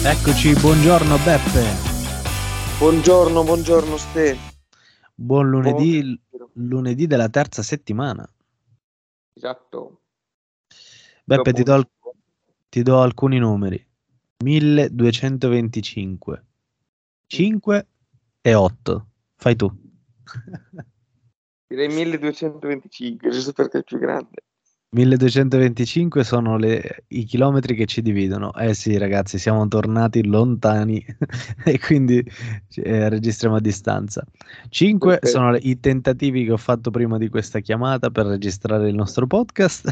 Eccoci, buongiorno Beppe. Buongiorno Ste. Buon lunedì, Buon- lunedì della terza settimana. Esatto. Beppe, Dopo un... ti do alcuni numeri. 1225, 5 e 8. Fai tu. Direi 1225, giusto perché è più grande. 1225 sono i chilometri che ci dividono. Eh sì, ragazzi, siamo tornati lontani e quindi registriamo a distanza. 5 Perfetto. sono i tentativi che ho fatto prima di questa chiamata per registrare il nostro podcast.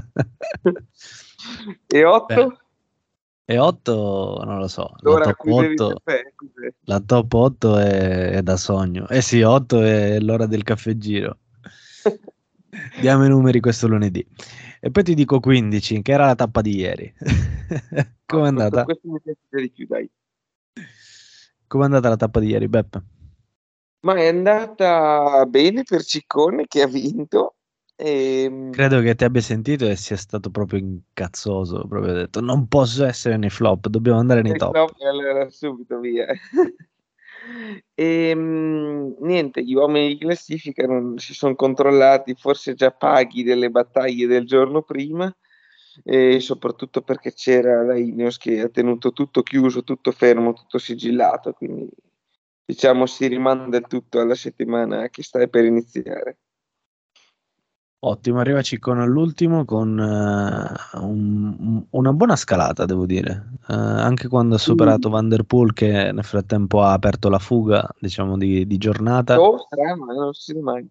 E Beh, 8? e 8 non lo so, L'ora a cui bevi il caffè. Cos'è? la top 8 è da sogno. Eh sì, 8 è l'ora del caffè giro. Diamo i numeri questo lunedì. E poi ti dico 15, che era la tappa di ieri. No, Com'è andata? questo mi piace di più, dai. Com'è andata la tappa di ieri, Beppe? Ma è andata bene per Ciccone che ha vinto. Credo che ti abbia sentito e sia stato proprio incazzoso, proprio detto, non posso essere nei flop, dobbiamo andare nei E top. stop, e allora subito via. Niente, gli uomini di classifica non si sono controllati, forse già paghi delle battaglie del giorno prima, e soprattutto perché c'era la Ineos che ha tenuto tutto chiuso, tutto fermo, tutto sigillato, quindi diciamo si rimanda il tutto alla settimana che sta per iniziare. Ottimo, arrivaci con l'ultimo con una buona scalata, devo dire. Anche quando ha superato Van der Poel, che nel frattempo ha aperto la fuga, diciamo, di giornata. Oh, strano, non si sa mai.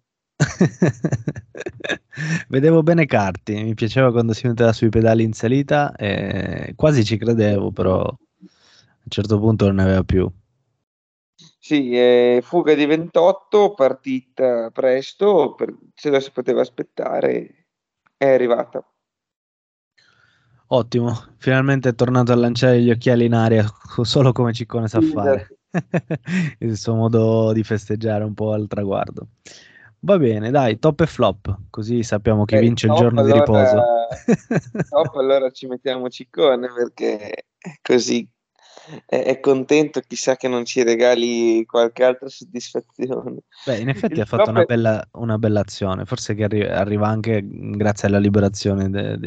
Vedevo bene Carti, mi piaceva quando si metteva sui pedali in salita e quasi ci credevo, però a un certo punto non ne aveva più. Sì, fuga di 28, partita presto, se la si poteva aspettare, è arrivata. Ottimo, finalmente è tornato a lanciare gli occhiali in aria, solo come Ciccone sa Sì, fare. esatto. Il suo modo di festeggiare un po' al traguardo. Va bene, dai, top e flop, così sappiamo chi Beh, vince il giorno di riposo. top, allora ci mettiamo Ciccone perché così è contento, chissà che non ci regali qualche altra soddisfazione. Beh, in effetti Il ha fatto flop è... una bella azione, forse che arriva anche grazie alla liberazione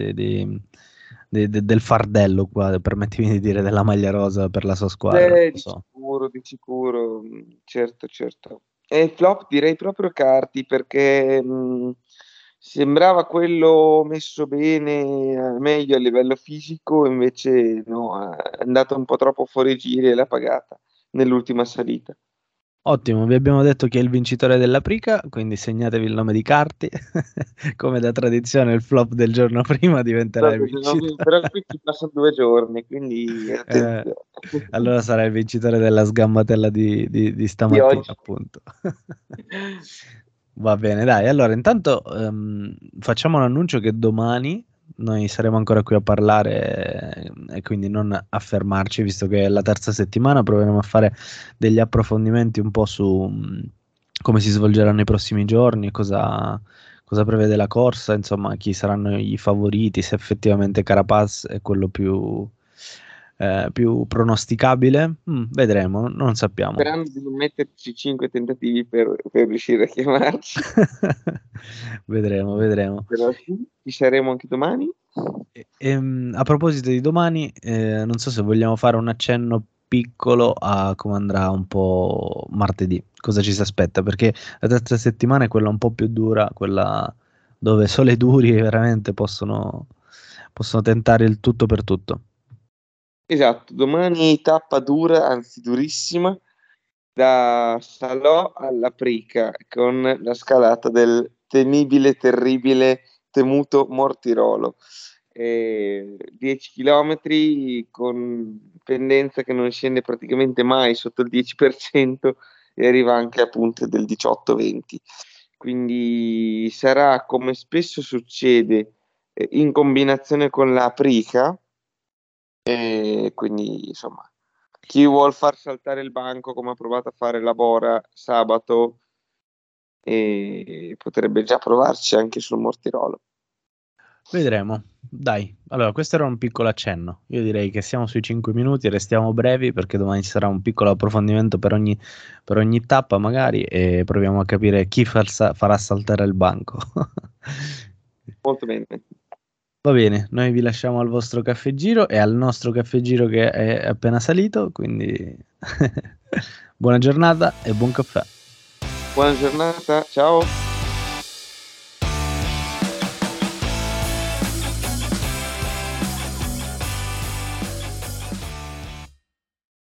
del fardello qua, permettimi di dire, della maglia rosa per la sua squadra, non lo so. Di sicuro, certo, certo. E il flop direi proprio Carti perché sembrava quello messo bene, meglio a livello fisico, invece no, è andato un po' troppo fuori giri e l'ha pagata nell'ultima salita. Ottimo, vi abbiamo detto chi è il vincitore della Prica, quindi segnatevi il nome di Carti. Come da tradizione il flop del giorno prima diventerà il vincitore. Però qui ci passano 2 giorni, quindi Eh, attenzione. allora sarà il vincitore della sgammatella di Di stamattina, oggi. appunto. Va bene, dai. Allora, intanto facciamo un annuncio che domani noi saremo ancora qui a parlare e quindi non a fermarci, visto che è la terza settimana, proveremo a fare degli approfondimenti un po' su come si svolgeranno i prossimi giorni, cosa prevede la corsa, insomma, chi saranno i favoriti, se effettivamente Carapaz è quello più pronosticabile. Vedremo, non sappiamo. Sperando di non metterci 5 tentativi per riuscire a chiamarci. Vedremo, vedremo. Però sì, ci saremo anche domani. A proposito di domani, non so se vogliamo fare un accenno piccolo a come andrà un po' martedì, cosa ci si aspetta, perché la terza settimana è quella un po' più dura, quella dove solo i duri veramente possono tentare il tutto per tutto. Esatto, domani tappa dura, anzi durissima, da Salò alla Prica, con la scalata del temibile, terribile, temuto Mortirolo. 10 km con pendenza che non scende praticamente mai sotto il 10% e arriva anche a punte del 18-20. Quindi sarà, come spesso succede, in combinazione con la Prica, e quindi insomma chi vuol far saltare il banco come ha provato a fare la Bora sabato potrebbe già provarci anche sul Mortirolo. Vedremo. Dai, allora questo era un piccolo accenno. Io direi che siamo sui 5 minuti, restiamo brevi perché domani ci sarà un piccolo approfondimento per ogni tappa magari e proviamo a capire chi farà saltare il banco. Molto bene. Va bene, noi vi lasciamo al vostro caffè giro e al nostro caffè giro che è appena salito, quindi buona giornata e buon caffè. Buona giornata, ciao.